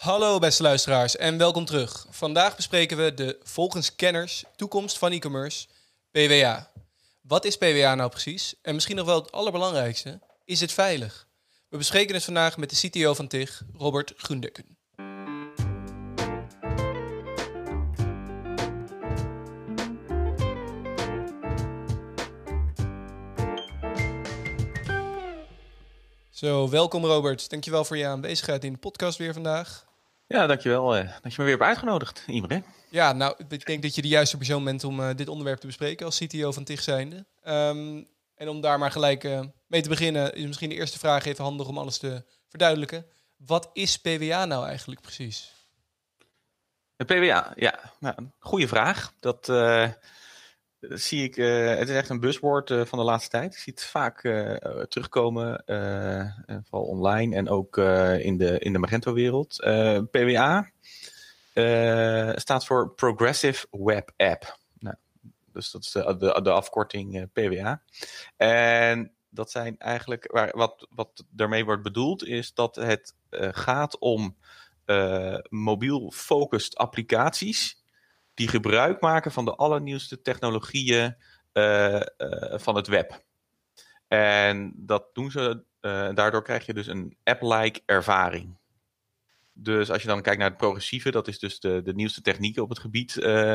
Hallo beste luisteraars en welkom terug. Vandaag bespreken we de volgens kenners toekomst van e-commerce, PWA. Wat is PWA nou precies? En misschien nog wel het allerbelangrijkste, is het veilig? We bespreken het vandaag met de CTO van TIG, Robert Groendekken. Zo, welkom Robert. Dankjewel voor je aanwezigheid in de podcast weer vandaag. Ja, dankjewel dat je me weer hebt uitgenodigd, Imre. Ja, nou, ik denk dat je de juiste persoon bent om dit onderwerp te bespreken als CTO van TIG zijnde. En om daar maar gelijk mee te beginnen, is misschien de eerste vraag even handig om alles te verduidelijken. Wat is PWA nou eigenlijk precies? De PWA, ja, nou, een goede vraag. Dat zie ik, het is echt een buzzword van de laatste tijd. Je ziet het vaak terugkomen, vooral online en ook in de Magento-wereld. PWA staat voor Progressive Web App. Nou, dus dat is de afkorting PWA. En dat zijn eigenlijk, wat daarmee wordt bedoeld, is dat het gaat om mobiel-focused applicaties die gebruik maken van de allernieuwste technologieën van het web. En dat doen ze, daardoor krijg je dus een app-like ervaring. Dus als je dan kijkt naar het progressieve, dat is dus de nieuwste technieken op het gebied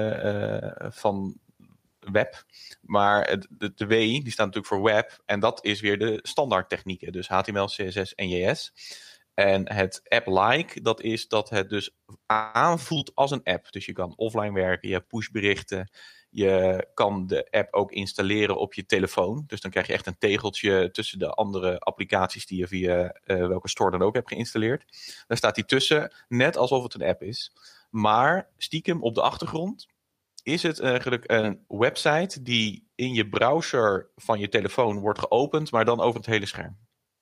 van web. Maar de W, die staat natuurlijk voor web. En dat is weer de standaard technieken. Dus HTML, CSS en JS. En het app-like, dat is dat het dus aanvoelt als een app. Dus je kan offline werken, je hebt pushberichten. Je kan de app ook installeren op je telefoon. Dus dan krijg je echt een tegeltje tussen de andere applicaties die je via welke store dan ook hebt geïnstalleerd. Daar staat die tussen, net alsof het een app is. Maar stiekem op de achtergrond is het eigenlijk een website die in je browser van je telefoon wordt geopend, maar dan over het hele scherm.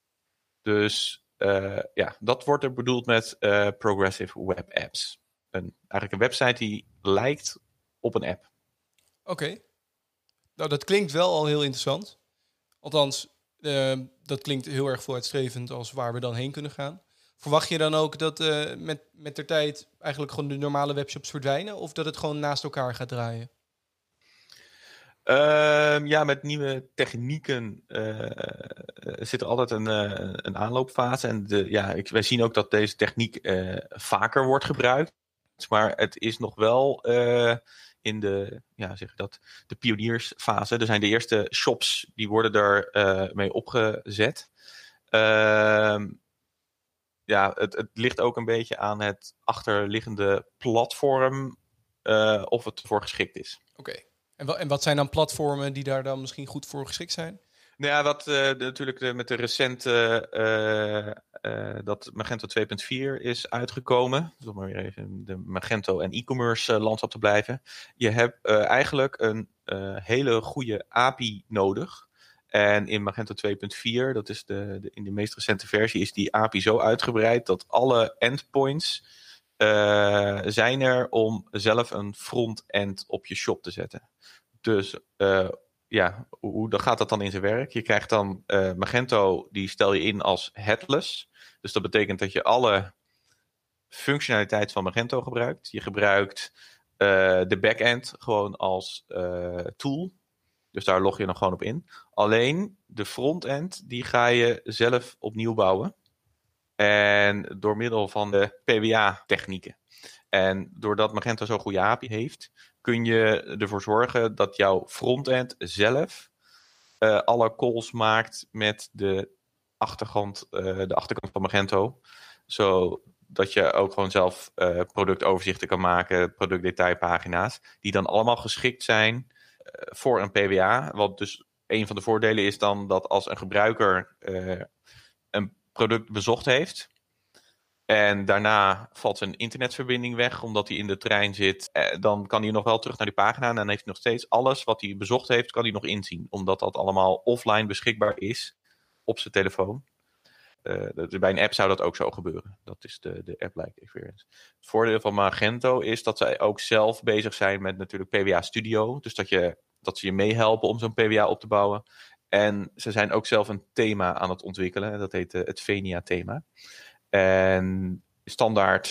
Dus dat wordt er bedoeld met Progressive Web Apps. Eigenlijk een website die lijkt op een app. Oké. Nou, dat klinkt wel al heel interessant. Althans, dat klinkt heel erg vooruitstrevend als waar we dan heen kunnen gaan. Verwacht je dan ook dat met der tijd eigenlijk gewoon de normale webshops verdwijnen? Of dat het gewoon naast elkaar gaat draaien? Met nieuwe technieken zit er altijd een aanloopfase. En wij zien ook dat deze techniek vaker wordt gebruikt. Maar het is nog wel in de pioniersfase. Er zijn de eerste shops die worden daar mee opgezet. Het ligt ook een beetje aan het achterliggende platform of het ervoor geschikt is. Oké. En wat zijn dan platformen die daar dan misschien goed voor geschikt zijn? Nou ja, natuurlijk met de recente dat Magento 2.4 is uitgekomen. Dus om maar weer even de Magento en e-commerce landschap te blijven. Je hebt eigenlijk een hele goede API nodig. En in Magento 2.4, dat is in de meest recente versie, is die API zo uitgebreid dat alle endpoints zijn er om zelf een front-end op je shop te zetten. Dus hoe gaat dat dan in zijn werk? Je krijgt dan Magento, die stel je in als headless. Dus dat betekent dat je alle functionaliteit van Magento gebruikt. Je gebruikt de backend gewoon als tool. Dus daar log je dan gewoon op in. Alleen de frontend, die ga je zelf opnieuw bouwen. En door middel van de PWA-technieken. En doordat Magento zo'n goede API heeft, kun je ervoor zorgen dat jouw frontend zelf alle calls maakt met de achterkant van Magento. Zodat je ook gewoon zelf productoverzichten kan maken, productdetailpagina's, die dan allemaal geschikt zijn voor een PWA. Wat dus een van de voordelen is dan dat als een gebruiker een product bezocht heeft en daarna valt zijn internetverbinding weg omdat hij in de trein zit, dan kan hij nog wel terug naar die pagina en dan heeft hij nog steeds alles wat hij bezocht heeft, kan hij nog inzien. Omdat dat allemaal offline beschikbaar is op zijn telefoon. Bij een app zou dat ook zo gebeuren. Dat is de app-like experience. Het voordeel van Magento is dat zij ook zelf bezig zijn met natuurlijk PWA Studio. Dus dat ze je meehelpen om zo'n PWA op te bouwen. En ze zijn ook zelf een thema aan het ontwikkelen. Dat heet het Venia-thema. En standaard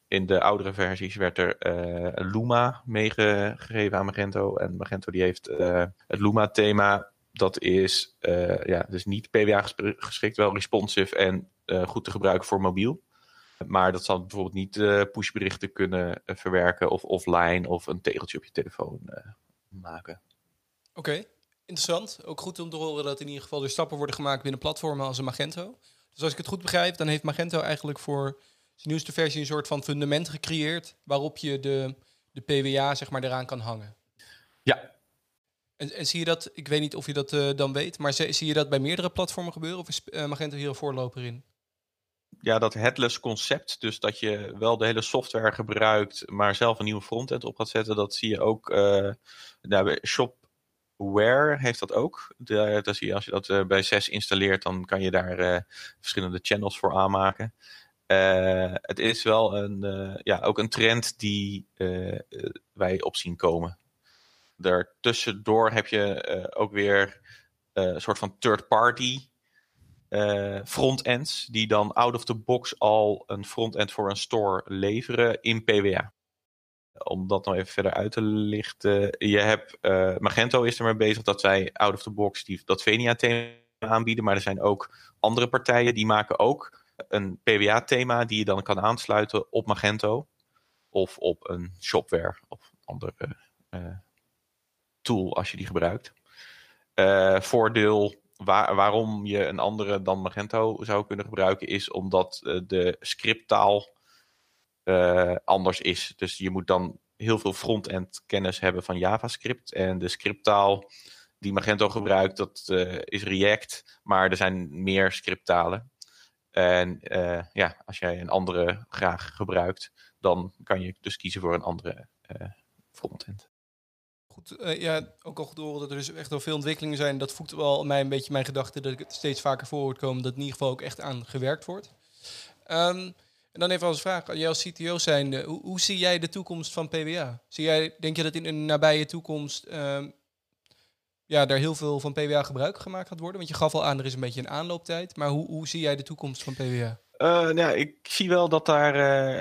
in de oudere versies werd er Luma meegegeven aan Magento. En Magento die heeft het Luma-thema. Dat is dus niet PWA geschikt, wel responsive en goed te gebruiken voor mobiel. Maar dat zal bijvoorbeeld niet pushberichten kunnen verwerken of offline of een tegeltje op je telefoon maken. Oké, interessant. Ook goed om te horen dat in ieder geval er stappen worden gemaakt binnen platformen als een Magento. Dus als ik het goed begrijp, dan heeft Magento eigenlijk voor zijn nieuwste versie een soort van fundament gecreëerd waarop je de PWA zeg maar eraan kan hangen. Ja. En zie je dat, ik weet niet of je dat dan weet, maar zie je dat bij meerdere platformen gebeuren of is Magento hier een voorloper in? Ja, dat headless concept, dus dat je wel de hele software gebruikt, maar zelf een nieuwe frontend op gaat zetten, dat zie je ook bij Shopware heeft dat ook. Daar zie je, als je dat bij 6 installeert, dan kan je daar verschillende channels voor aanmaken. Het is wel ook een trend die wij op zien komen. Daartussendoor heb je ook weer een soort van third-party frontends die dan out of the box al een frontend voor een store leveren in PWA. Om dat nog even verder uit te lichten. Je hebt Magento is er mee bezig dat zij out of the box dat Venia-thema aanbieden. Maar er zijn ook andere partijen die maken ook een PWA-thema die je dan kan aansluiten op Magento. Of op een Shopware of andere tool als je die gebruikt. Voordeel waarom je een andere dan Magento zou kunnen gebruiken is omdat de scripttaal anders is. Dus je moet dan heel veel front-end kennis hebben van JavaScript. En de scripttaal die Magento gebruikt, dat is React. Maar er zijn meer scripttalen. En als jij een andere graag gebruikt, dan kan je dus kiezen voor een andere frontend. Goed, ook al goed te horen dat er dus echt wel veel ontwikkelingen zijn. Dat voegt wel mij een beetje mijn gedachte dat ik het steeds vaker voor hoort komen dat in ieder geval ook echt aan gewerkt wordt. En dan even als vraag, jij als CTO zijnde, hoe zie jij de toekomst van PWA? Denk je dat in een nabije toekomst daar heel veel van PWA gebruik gemaakt gaat worden? Want je gaf al aan, er is een beetje een aanlooptijd. Maar hoe zie jij de toekomst van PWA? Ik zie wel dat daar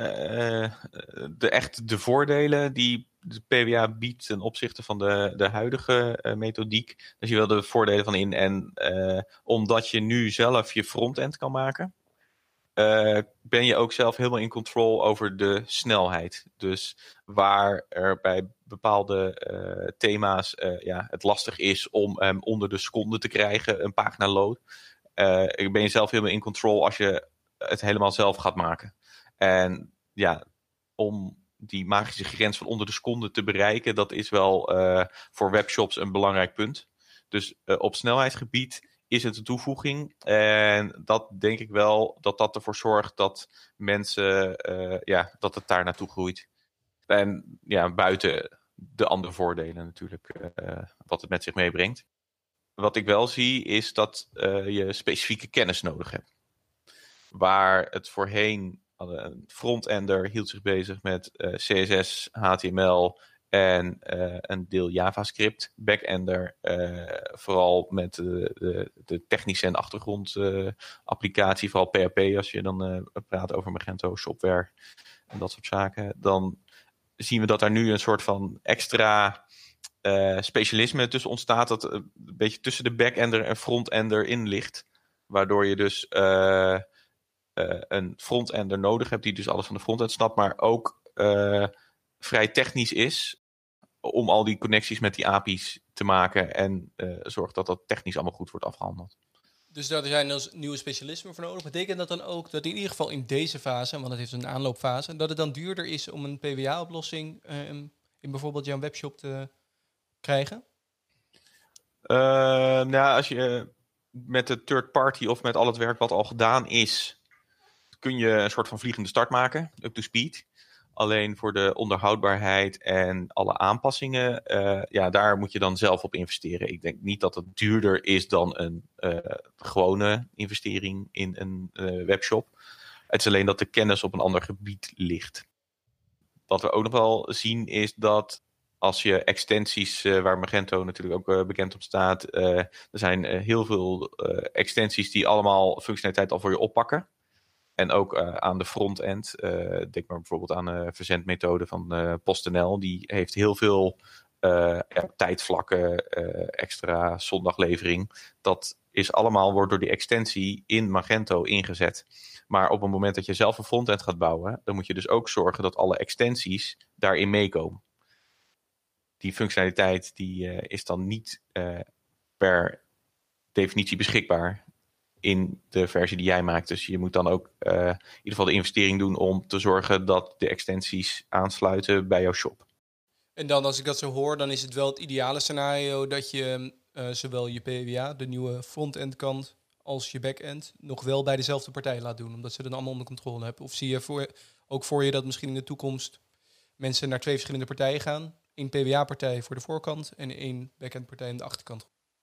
de voordelen die de PWA biedt ten opzichte van de huidige methodiek, daar zie je wel de voordelen van in. En omdat je nu zelf je frontend kan maken, ben je ook zelf helemaal in control over de snelheid. Dus waar er bij bepaalde thema's het lastig is om hem onder de seconde te krijgen, een pagina load, ben je zelf helemaal in control als je het helemaal zelf gaat maken. En om die magische grens van onder de seconde te bereiken, dat is wel voor webshops een belangrijk punt. Dus op snelheidsgebied is het een toevoeging. En dat denk ik wel dat ervoor zorgt dat mensen, dat het daar naartoe groeit. En buiten de andere voordelen natuurlijk, wat het met zich meebrengt. Wat ik wel zie is dat je specifieke kennis nodig hebt. Waar het voorheen, een frontender hield zich bezig met CSS, HTML en een deel JavaScript. Backender vooral met de technische en achtergrondapplicatie, vooral PHP als je dan praat over Magento, Shopware en dat soort zaken. Dan zien we dat er nu een soort van extra specialisme tussen ontstaat, dat een beetje tussen de backender en frontender in ligt. Waardoor je dus een frontender nodig hebt die dus alles van de frontend snapt, maar ook vrij technisch is om al die connecties met die API's te maken en zorgt dat dat technisch allemaal goed wordt afgehandeld. Dus daar zijn dus nieuwe specialismen voor nodig. Betekent dat dan ook dat in ieder geval in deze fase, want het heeft een aanloopfase, dat het dan duurder is om een PWA-oplossing in bijvoorbeeld jouw webshop te krijgen? Als je met de third party of met al het werk wat al gedaan is, kun je een soort van vliegende start maken, up to speed. Alleen voor de onderhoudbaarheid en alle aanpassingen, daar moet je dan zelf op investeren. Ik denk niet dat het duurder is dan een gewone investering in een webshop. Het is alleen dat de kennis op een ander gebied ligt. Wat we ook nog wel zien is dat als je extensies, waar Magento natuurlijk ook bekend op staat, er zijn heel veel extensies die allemaal functionaliteit al voor je oppakken. En ook aan de front-end. Denk maar bijvoorbeeld aan de verzendmethode van PostNL. Die heeft heel veel tijdvlakken, extra zondaglevering. Dat is allemaal, wordt door die extensie in Magento ingezet. Maar op het moment dat je zelf een frontend gaat bouwen, dan moet je dus ook zorgen dat alle extensies daarin meekomen. Die functionaliteit die is dan niet per definitie beschikbaar in de versie die jij maakt. Dus je moet dan ook in ieder geval de investering doen om te zorgen dat de extensies aansluiten bij jouw shop. En dan als ik dat zo hoor, dan is het wel het ideale scenario dat je zowel je PWA, de nieuwe front-end kant, als je back-end nog wel bij dezelfde partij laat doen. Omdat ze dan allemaal onder controle hebben. Of zie je ook voor je dat misschien in de toekomst mensen naar 2 verschillende partijen gaan? 1 PWA-partij voor de voorkant en 1 back-end partij aan de achterkant.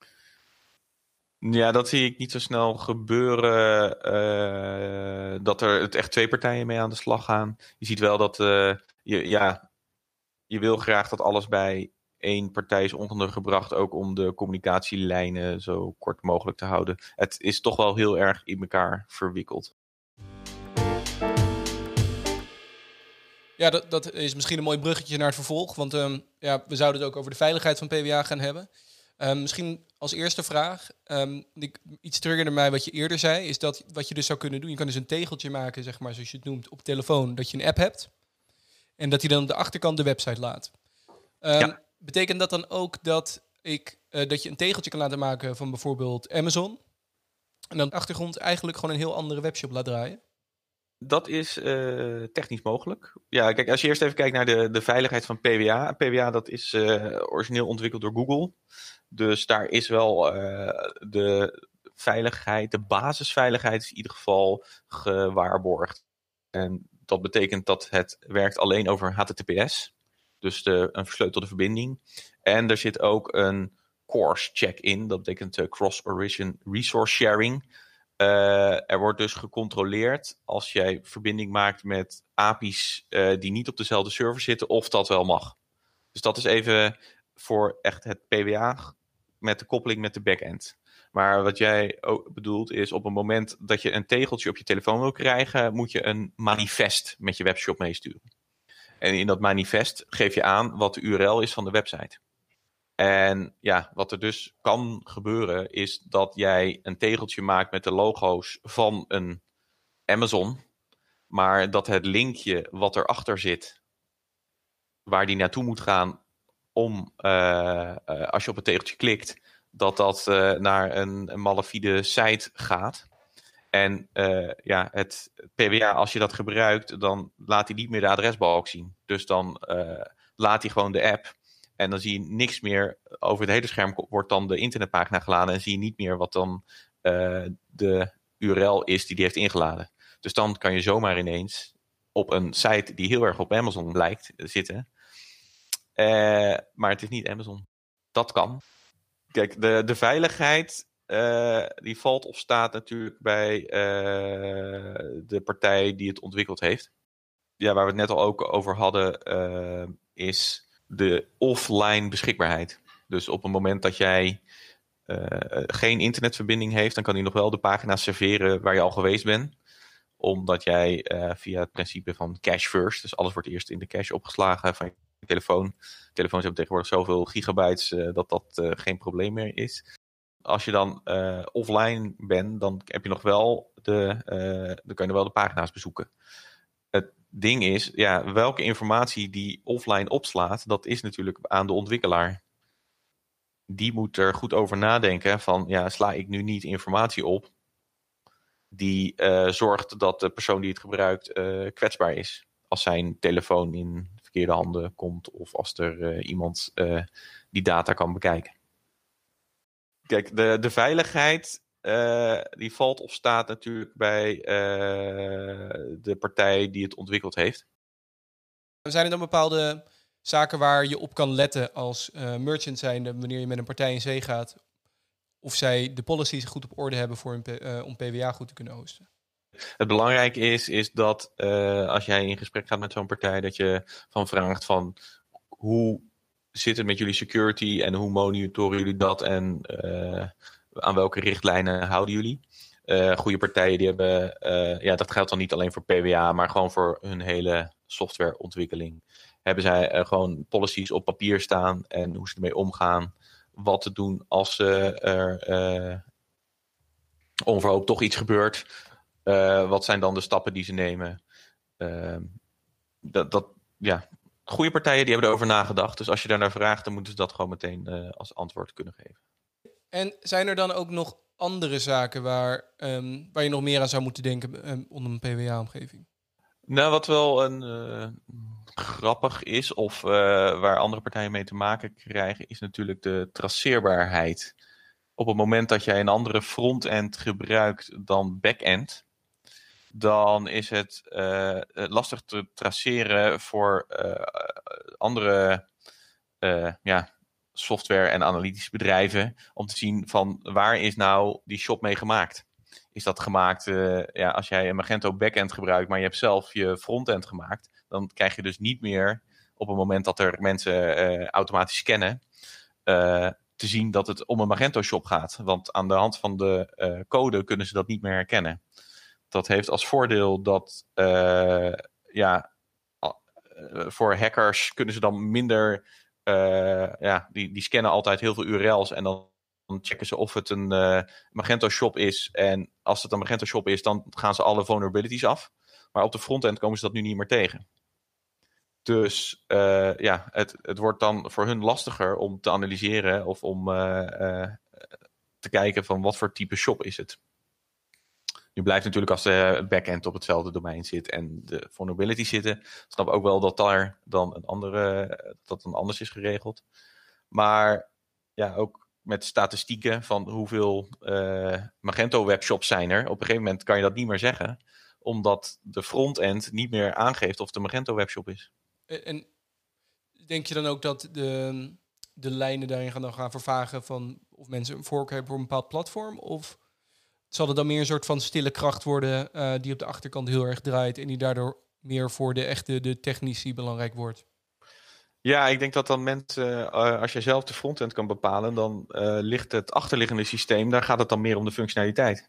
Ja, dat zie ik niet zo snel gebeuren. Dat er het echt 2 partijen mee aan de slag gaan. Je ziet wel dat je wil graag dat alles bij 1 partij is ondergebracht. Ook om de communicatielijnen zo kort mogelijk te houden. Het is toch wel heel erg in elkaar verwikkeld. Ja, dat is misschien een mooi bruggetje naar het vervolg. Want we zouden het ook over de veiligheid van PWA gaan hebben. Misschien als eerste vraag. Iets triggerde mij wat je eerder zei. Is dat wat je dus zou kunnen doen. Je kan dus een tegeltje maken, zeg maar, zoals je het noemt, op telefoon. Dat je een app hebt. En dat hij dan op de achterkant de website laat. Betekent dat dan ook dat je een tegeltje kan laten maken van bijvoorbeeld Amazon? En dan op de achtergrond eigenlijk gewoon een heel andere webshop laat draaien? Dat is technisch mogelijk. Ja, kijk, als je eerst even kijkt naar de veiligheid van PWA. PWA dat is origineel ontwikkeld door Google. Dus daar is wel de veiligheid, de basisveiligheid is in ieder geval gewaarborgd. En dat betekent dat het werkt alleen over HTTPS. Dus een versleutelde verbinding. En er zit ook een CORS check in. Dat betekent Cross-Origin Resource Sharing. Er wordt dus gecontroleerd als jij verbinding maakt met API's die niet op dezelfde server zitten, of dat wel mag. Dus dat is even voor echt het PWA met de koppeling met de backend. Maar wat jij ook bedoelt is, op het moment dat je een tegeltje op je telefoon wil krijgen, moet je een manifest met je webshop meesturen. En in dat manifest geef je aan wat de URL is van de website. En ja, wat er dus kan gebeuren is dat jij een tegeltje maakt met de logo's van een Amazon, maar dat het linkje wat erachter zit, waar die naartoe moet gaan om, als je op het tegeltje klikt, dat naar een malafide site gaat. En het PWA, als je dat gebruikt, dan laat hij niet meer de adresbalk zien. Dus dan laat hij gewoon de app. En dan zie je niks meer. Over het hele scherm wordt dan de internetpagina geladen. En zie je niet meer wat dan de URL is die heeft ingeladen. Dus dan kan je zomaar ineens op een site die heel erg op Amazon lijkt zitten. Maar het is niet Amazon. Dat kan. Kijk, de veiligheid die valt of staat natuurlijk bij de partij die het ontwikkeld heeft. Ja, waar we het net al ook over hadden, is de offline beschikbaarheid. Dus op het moment dat jij geen internetverbinding heeft, dan kan hij nog wel de pagina's serveren waar je al geweest bent. Omdat jij via het principe van cache first, dus alles wordt eerst in de cache opgeslagen van je telefoon. Telefoons hebben tegenwoordig zoveel gigabytes dat geen probleem meer is. Als je dan offline bent, dan heb je nog wel dan kan je wel de pagina's bezoeken. Het ding is, ja, welke informatie die offline opslaat, dat is natuurlijk aan de ontwikkelaar. Die moet er goed over nadenken van, ja, sla ik nu niet informatie op die zorgt dat de persoon die het gebruikt kwetsbaar is. Als zijn telefoon in verkeerde handen komt of als er iemand die data kan bekijken. Kijk, de veiligheid die valt of staat natuurlijk bij de partij die het ontwikkeld heeft. Zijn er dan bepaalde zaken waar je op kan letten als merchant zijnde wanneer je met een partij in zee gaat? Of zij de policies goed op orde hebben om PWA goed te kunnen hosten? Het belangrijke is dat als jij in gesprek gaat met zo'n partij, dat je van vraagt van hoe zit het met jullie security en hoe monitoren jullie dat en aan welke richtlijnen houden jullie? Goede partijen die hebben, dat geldt dan niet alleen voor PWA, maar gewoon voor hun hele softwareontwikkeling. Hebben zij gewoon policies op papier staan en hoe ze ermee omgaan. Wat te doen als er onverhoopt toch iets gebeurt. Wat zijn dan de stappen die ze nemen? Goede partijen die hebben erover nagedacht. Dus als je daarnaar vraagt, dan moeten ze dat gewoon meteen als antwoord kunnen geven. En zijn er dan ook nog andere zaken waar je nog meer aan zou moeten denken onder een PWA-omgeving? Nou, wat wel grappig is, of waar andere partijen mee te maken krijgen, is natuurlijk de traceerbaarheid. Op het moment dat jij een andere frontend gebruikt dan backend, dan is het lastig te traceren voor andere software- en analytische bedrijven om te zien van waar is nou die shop mee gemaakt. Is dat gemaakt, als jij een Magento backend gebruikt, maar je hebt zelf je frontend gemaakt, dan krijg je dus niet meer op het moment dat er mensen automatisch scannen, te zien dat het om een Magento shop gaat. Want aan de hand van de code kunnen ze dat niet meer herkennen. Dat heeft als voordeel dat voor hackers kunnen ze dan minder, die scannen altijd heel veel URL's en dan checken ze of het een Magento shop is. En als het een Magento shop is, dan gaan ze alle vulnerabilities af. Maar op de frontend komen ze dat nu niet meer tegen. Dus het wordt dan voor hun lastiger om te analyseren of om te kijken van wat voor type shop is het. Nu blijft natuurlijk als de backend op hetzelfde domein zit en de vulnerability zitten, snap ik ook wel dat daar dan dat dan anders is geregeld. Maar ja, ook met statistieken van hoeveel Magento webshops zijn er. Op een gegeven moment kan je dat niet meer zeggen, omdat de frontend niet meer aangeeft of het een Magento webshop is. En denk je dan ook dat de lijnen daarin gaan vervagen van of mensen een voorkeur hebben voor een bepaald platform? Of zal het dan meer een soort van stille kracht worden die op de achterkant heel erg draait en die daardoor meer voor de technici belangrijk wordt? Ja, ik denk dat dan mensen, als je zelf de frontend kan bepalen, dan ligt het achterliggende systeem, daar gaat het dan meer om de functionaliteit.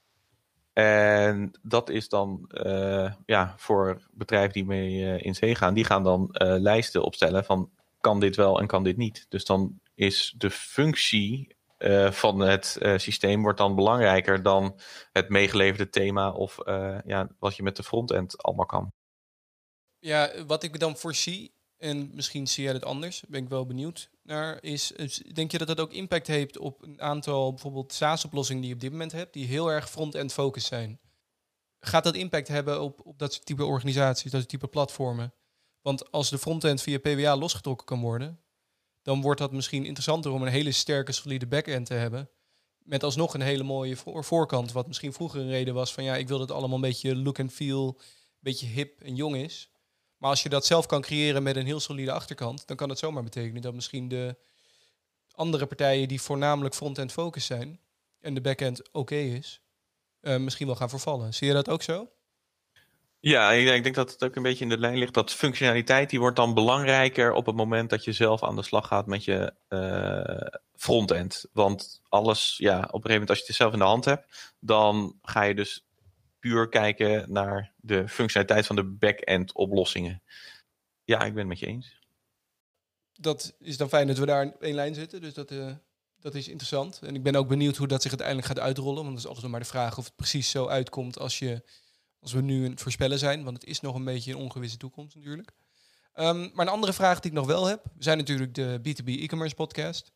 En dat is dan voor bedrijven die mee in zee gaan, die gaan dan lijsten opstellen van kan dit wel en kan dit niet. Dus dan is de functie van het systeem wordt dan belangrijker dan het meegeleverde thema of wat je met de frontend allemaal kan. Ja, wat ik dan voorzie, en misschien zie jij het anders, ben ik wel benieuwd naar, is denk je dat dat ook impact heeft op een aantal bijvoorbeeld SaaS-oplossingen die je op dit moment hebt, die heel erg front-end focus zijn? Gaat dat impact hebben op dat type organisaties, dat type platformen? Want als de frontend via PWA losgetrokken kan worden, dan wordt dat misschien interessanter om een hele sterke, solide backend te hebben. Met alsnog een hele mooie voorkant, wat misschien vroeger een reden was van ik wil dat het allemaal een beetje look and feel, een beetje hip en jong is. Maar als je dat zelf kan creëren met een heel solide achterkant, dan kan het zomaar betekenen dat misschien de andere partijen die voornamelijk front-end focus zijn en de backend oké is, misschien wel gaan vervallen. Zie je dat ook zo? Ja, ik denk dat het ook een beetje in de lijn ligt dat functionaliteit die wordt dan belangrijker op het moment dat je zelf aan de slag gaat met je frontend. Want alles, op een gegeven moment als je het zelf in de hand hebt, dan ga je dus puur kijken naar de functionaliteit van de back-end oplossingen. Ja, ik ben het met je eens. Dat is dan fijn dat we daar in één lijn zitten, dus dat is interessant. En ik ben ook benieuwd hoe dat zich uiteindelijk gaat uitrollen, want dat is altijd nog maar de vraag of het precies zo uitkomt als we nu aan het voorspellen zijn, want het is nog een beetje een ongewisse toekomst natuurlijk. Maar een andere vraag die ik nog wel heb, we zijn natuurlijk de B2B e-commerce podcast.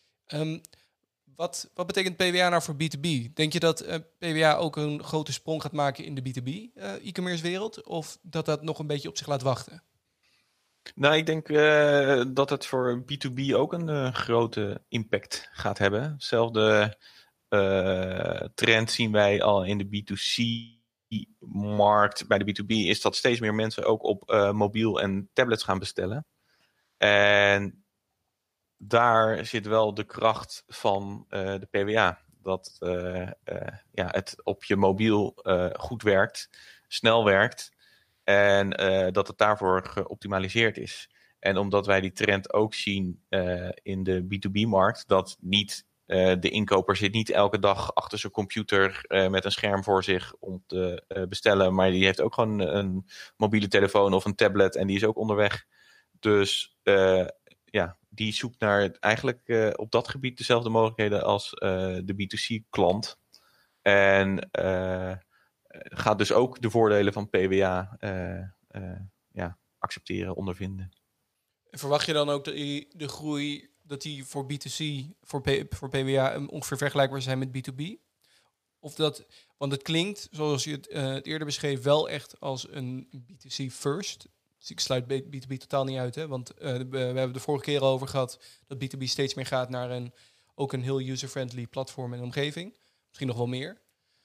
Wat betekent PWA nou voor B2B? Denk je dat PWA ook een grote sprong gaat maken in de B2B e-commerce wereld? Of dat nog een beetje op zich laat wachten? Nou, ik denk dat het voor B2B ook een grote impact gaat hebben. Hetzelfde trend zien wij al in de B2C-markt. Bij de B2B is dat steeds meer mensen ook op mobiel en tablets gaan bestellen. En daar zit wel de kracht van de PWA. Dat het op je mobiel goed werkt, snel werkt. En dat het daarvoor geoptimaliseerd is. En omdat wij die trend ook zien in de B2B-markt, dat niet De inkoper zit niet elke dag achter zijn computer met een scherm voor zich om te bestellen. Maar die heeft ook gewoon een mobiele telefoon of een tablet en die is ook onderweg. Dus die zoekt naar eigenlijk op dat gebied dezelfde mogelijkheden als de B2C-klant. En gaat dus ook de voordelen van PWA accepteren, ondervinden. En verwacht je dan ook dat de groei dat die voor B2C, voor PWA ongeveer vergelijkbaar zijn met B2B? Of dat, want het klinkt, zoals je het eerder beschreef, wel echt als een B2C first. Dus ik sluit B2B totaal niet uit, hè? Want we hebben de vorige keer al over gehad dat B2B steeds meer gaat naar ook een heel user-friendly platform en omgeving. Misschien nog wel meer.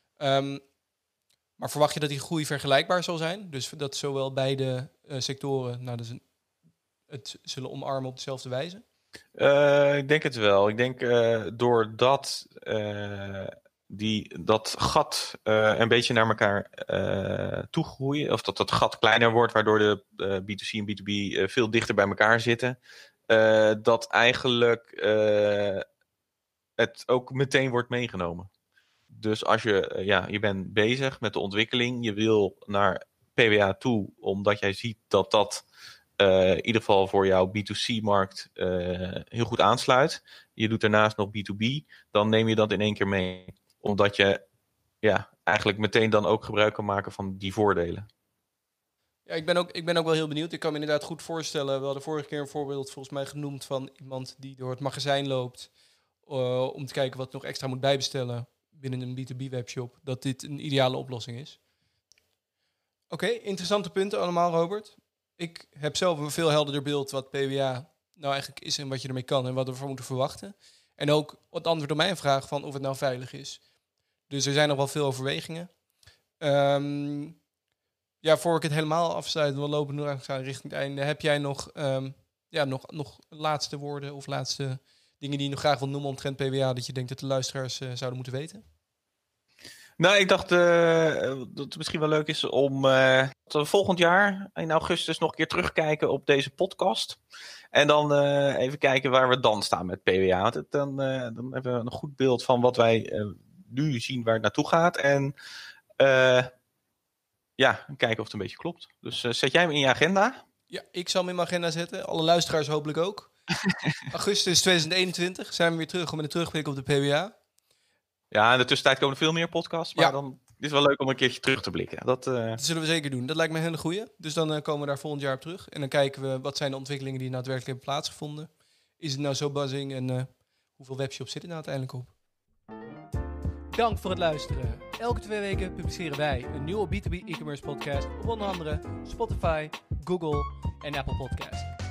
Maar verwacht je dat die groei vergelijkbaar zal zijn? Dus dat zowel beide sectoren dus het zullen omarmen op dezelfde wijze? Ik denk het wel. Ik denk doordat dat gat een beetje naar elkaar toegroeien, of dat dat gat kleiner wordt, waardoor de B2C en B2B veel dichter bij elkaar zitten, dat eigenlijk het ook meteen wordt meegenomen. Dus als je bent bezig met de ontwikkeling, je wil naar PWA toe, omdat jij ziet dat in ieder geval voor jouw B2C-markt heel goed aansluit. Je doet daarnaast nog B2B, dan neem je dat in één keer mee. Omdat je eigenlijk meteen dan ook gebruik kan maken van die voordelen. Ja, ik ben ook wel heel benieuwd. Ik kan me inderdaad goed voorstellen. We hadden vorige keer een voorbeeld volgens mij genoemd van iemand die door het magazijn loopt om te kijken wat nog extra moet bijbestellen binnen een B2B-webshop. Dat dit een ideale oplossing is. Oké, interessante punten allemaal, Robert. Ik heb zelf een veel helderder beeld wat PWA nou eigenlijk is en wat je ermee kan en wat we ervan moeten verwachten. En ook het antwoord op mijn vraag van of het nou veilig is. Dus er zijn nog wel veel overwegingen. Voor ik het helemaal afsluit, we lopen nu richting het einde. Heb jij nog laatste woorden of laatste dingen die je nog graag wil noemen omtrent PWA dat je denkt dat de luisteraars zouden moeten weten? Nou, ik dacht dat het misschien wel leuk is om volgend jaar in augustus nog een keer terugkijken op deze podcast. En dan even kijken waar we dan staan met PWA. Want dan hebben we een goed beeld van wat wij nu zien waar het naartoe gaat. En kijken of het een beetje klopt. Dus zet jij hem in je agenda? Ja, ik zal hem in mijn agenda zetten. Alle luisteraars hopelijk ook. Augustus 2021 zijn we weer terug met een terugblik op de PWA. Ja, in de tussentijd komen er veel meer podcasts. Maar dan is het wel leuk om een keertje terug te blikken. Dat zullen we zeker doen. Dat lijkt me een hele goeie. Dus dan komen we daar volgend jaar op terug. En dan kijken we wat zijn de ontwikkelingen die nou daadwerkelijk hebben plaatsgevonden. Is het nou zo buzzing en hoeveel webshops zitten nou uiteindelijk op? Dank voor het luisteren. Elke 2 weken publiceren wij een nieuwe B2B e-commerce podcast op onder andere Spotify, Google en Apple Podcasts.